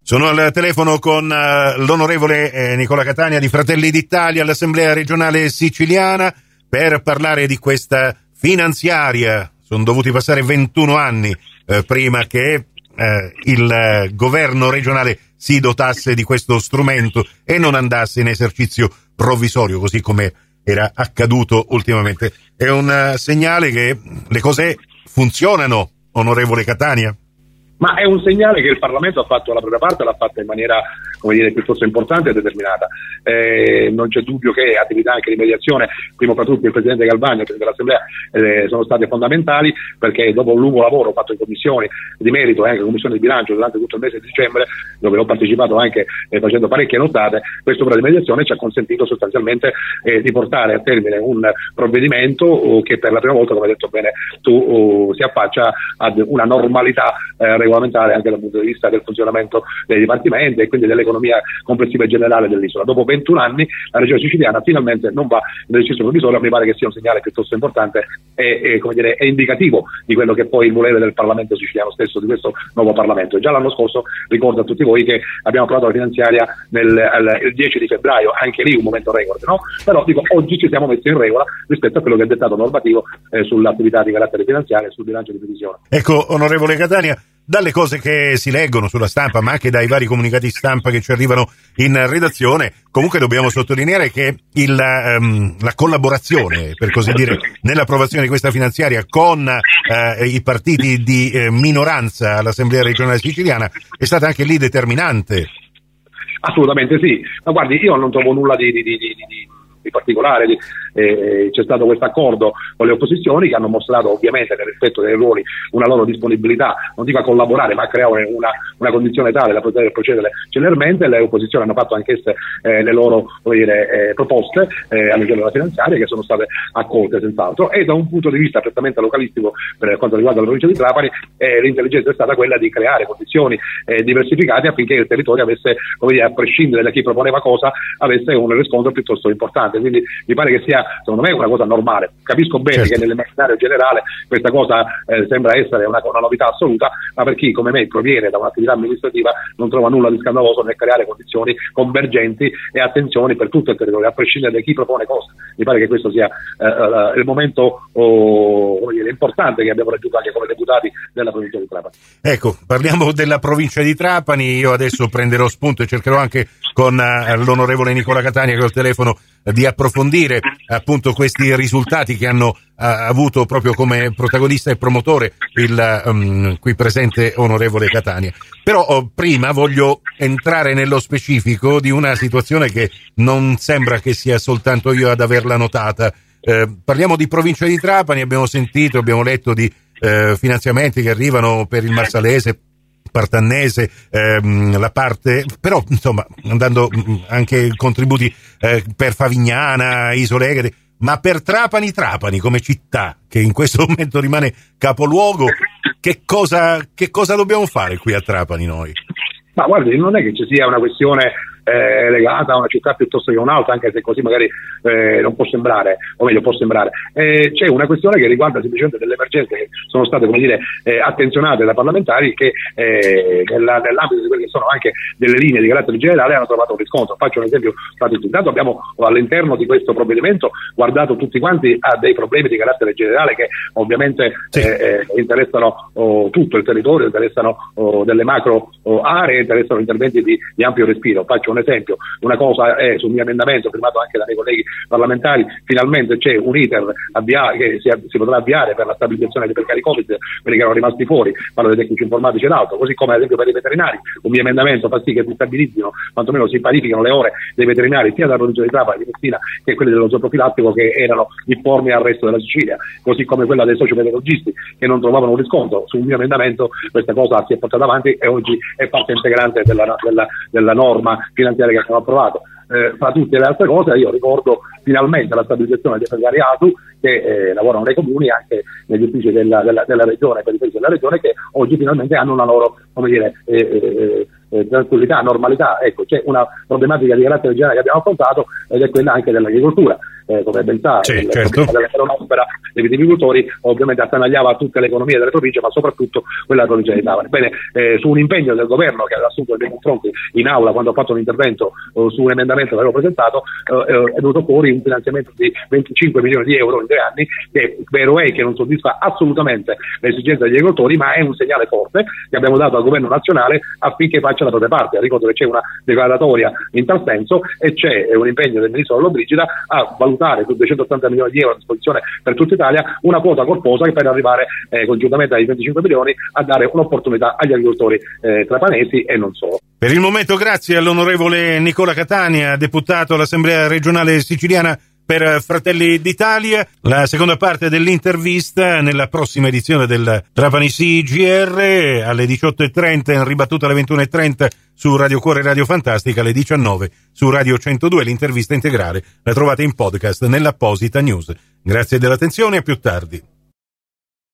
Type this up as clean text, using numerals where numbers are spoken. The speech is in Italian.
Sono al telefono con l'onorevole Nicola Catania di Fratelli d'Italia all'Assemblea regionale siciliana per parlare di questa finanziaria. Sono dovuti passare 21 anni prima che il governo regionale si dotasse di questo strumento e non andasse in esercizio provvisorio, così come era accaduto ultimamente. È un segnale che le cose funzionano, onorevole Catania? Ma è un segnale che il Parlamento ha fatto la propria parte, l'ha fatta in maniera, piuttosto importante e determinata. Non c'è dubbio che attività anche di mediazione, prima fra tutti il Presidente Galvani e il Presidente dell'Assemblea, sono state fondamentali, perché dopo un lungo lavoro fatto in commissioni di merito e anche in commissione di bilancio durante tutto il mese di dicembre, dove ho partecipato anche facendo parecchie nottate, questo opera di mediazione ci ha consentito sostanzialmente di portare a termine un provvedimento che per la prima volta, come hai detto bene tu, si affaccia ad una normalità regolamentare anche dal punto di vista del funzionamento dei dipartimenti e quindi dell'economia complessiva e generale dell'isola. Dopo 21 anni la regione siciliana finalmente non va in esercizio provvisorio, mi pare che sia un segnale piuttosto importante e è indicativo di quello che poi il volere del Parlamento siciliano stesso, di questo nuovo Parlamento. Già l'anno scorso ricordo a tutti voi che abbiamo approvato la finanziaria il 10 di febbraio, anche lì un momento record, no? Però oggi ci siamo messi in regola rispetto a quello che è il dettato normativo sull'attività di carattere finanziario e sul bilancio di previsione. Ecco, onorevole Catania, dalle cose che si leggono sulla stampa, ma anche dai vari comunicati stampa che ci arrivano in redazione, comunque dobbiamo sottolineare che la collaborazione, per così dire, nell'approvazione di questa finanziaria con i partiti di minoranza all'Assemblea regionale siciliana è stata anche lì determinante. Assolutamente sì, ma guardi, io non trovo nulla di particolare, c'è stato questo accordo con le opposizioni che hanno mostrato ovviamente nel rispetto dei ruoli una loro disponibilità, non dico a collaborare, ma a creare una condizione tale da poter procedere celermente. Le opposizioni hanno fatto anch'esse le loro proposte all'interno della finanziaria, che sono state accolte senz'altro, e da un punto di vista prettamente localistico per quanto riguarda la provincia di Trapani l'intelligenza è stata quella di creare condizioni diversificate affinché il territorio avesse, a prescindere da chi proponeva cosa, avesse un riscontro piuttosto importante. Quindi mi pare che sia, secondo me, una cosa normale. Capisco bene che nell'immaginario generale questa cosa sembra essere una novità assoluta, ma per chi come me proviene da un'attività amministrativa non trova nulla di scandaloso nel creare condizioni convergenti e attenzioni per tutto il territorio, a prescindere da chi propone cosa. Mi pare che questo sia il momento importante che abbiamo raggiunto anche come deputati della provincia di Trapani. Ecco, parliamo della provincia di Trapani. Io adesso prenderò spunto e cercherò anche con l'onorevole Nicola Catania, che ho il telefono, di approfondire appunto questi risultati che hanno avuto proprio come protagonista e promotore il qui presente onorevole Catania. Però prima voglio entrare nello specifico di una situazione che non sembra che sia soltanto io ad averla notata. Parliamo di provincia di Trapani, abbiamo letto di finanziamenti che arrivano per il Marsalese, Partannese, la parte, però insomma andando anche contributi per Favignana, Isole Egadi, ma per Trapani come città, che in questo momento rimane capoluogo, che cosa dobbiamo fare qui a Trapani noi? Ma guardi, non è che ci sia una questione legata a una città piuttosto che un'altra, anche se così magari non può sembrare, o meglio può sembrare. C'è una questione che riguarda semplicemente delle emergenze che sono state, attenzionate da parlamentari, che nell'ambito di quelle che sono anche delle linee di carattere generale hanno trovato un riscontro. Faccio un esempio pratico. Intanto abbiamo all'interno di questo provvedimento guardato tutti quanti a dei problemi di carattere generale che ovviamente interessano tutto il territorio, interessano delle macro aree, interessano interventi di ampio respiro. Faccio un esempio, una cosa è sul mio emendamento firmato anche dai miei colleghi parlamentari, finalmente c'è un iter che si potrà avviare per la stabilizzazione dei precari Covid, quelli che erano rimasti fuori, parlo dei tecnici informatici ed altro, così come ad esempio per i veterinari, un mio emendamento fa sì che si stabilizzino, quantomeno si parifichino le ore dei veterinari sia dalla provincia di Trapani, di Messina, che quelle dello zooprofilattico, che erano informi al resto della Sicilia, così come quella dei sociopedagogisti che non trovavano un riscontro. Su un mio emendamento questa cosa si è portata avanti e oggi è parte integrante della norma finanziaria che abbiamo approvato. Fra tutte le altre cose io ricordo finalmente la stabilizzazione dei precari ASU che lavorano nei comuni, anche negli uffici della regione, per i difesi della regione, che oggi finalmente hanno una loro tranquillità, normalità. Ecco, c'è una problematica di carattere generale che abbiamo affrontato ed è quella anche dell'agricoltura. Come ben sa, certo. dell'opera dei vitivinicoltori, ovviamente attanagliava tutte le economie delle province, ma soprattutto quella della provincia di Trapani. Bene, su un impegno del governo che aveva assunto nei confronti in aula quando ho fatto un intervento su un emendamento che avevo presentato, è venuto fuori un finanziamento di 25 milioni di euro in 2 anni, che vero è che non soddisfa assolutamente le esigenze degli agricoltori, ma è un segnale forte che abbiamo dato al governo nazionale affinché faccia la propria parte. Ricordo che c'è una declaratoria in tal senso e c'è un impegno del ministro Lollobrigida a valutare su 280 milioni di euro a disposizione per tutta Italia una quota corposa che per arrivare congiuntamente ai 25 milioni a dare un'opportunità agli agricoltori trapanesi e non solo. Per il momento grazie all'onorevole Nicola Catania, deputato all'Assemblea regionale siciliana per Fratelli d'Italia. La seconda parte dell'intervista nella prossima edizione del Trapani CGR alle 18.30, in ribattuta alle 21.30 su Radio Cuore e Radio Fantastica, alle 19 su Radio 102. L'intervista integrale la trovate in podcast nell'apposita news. Grazie dell'attenzione, a più tardi.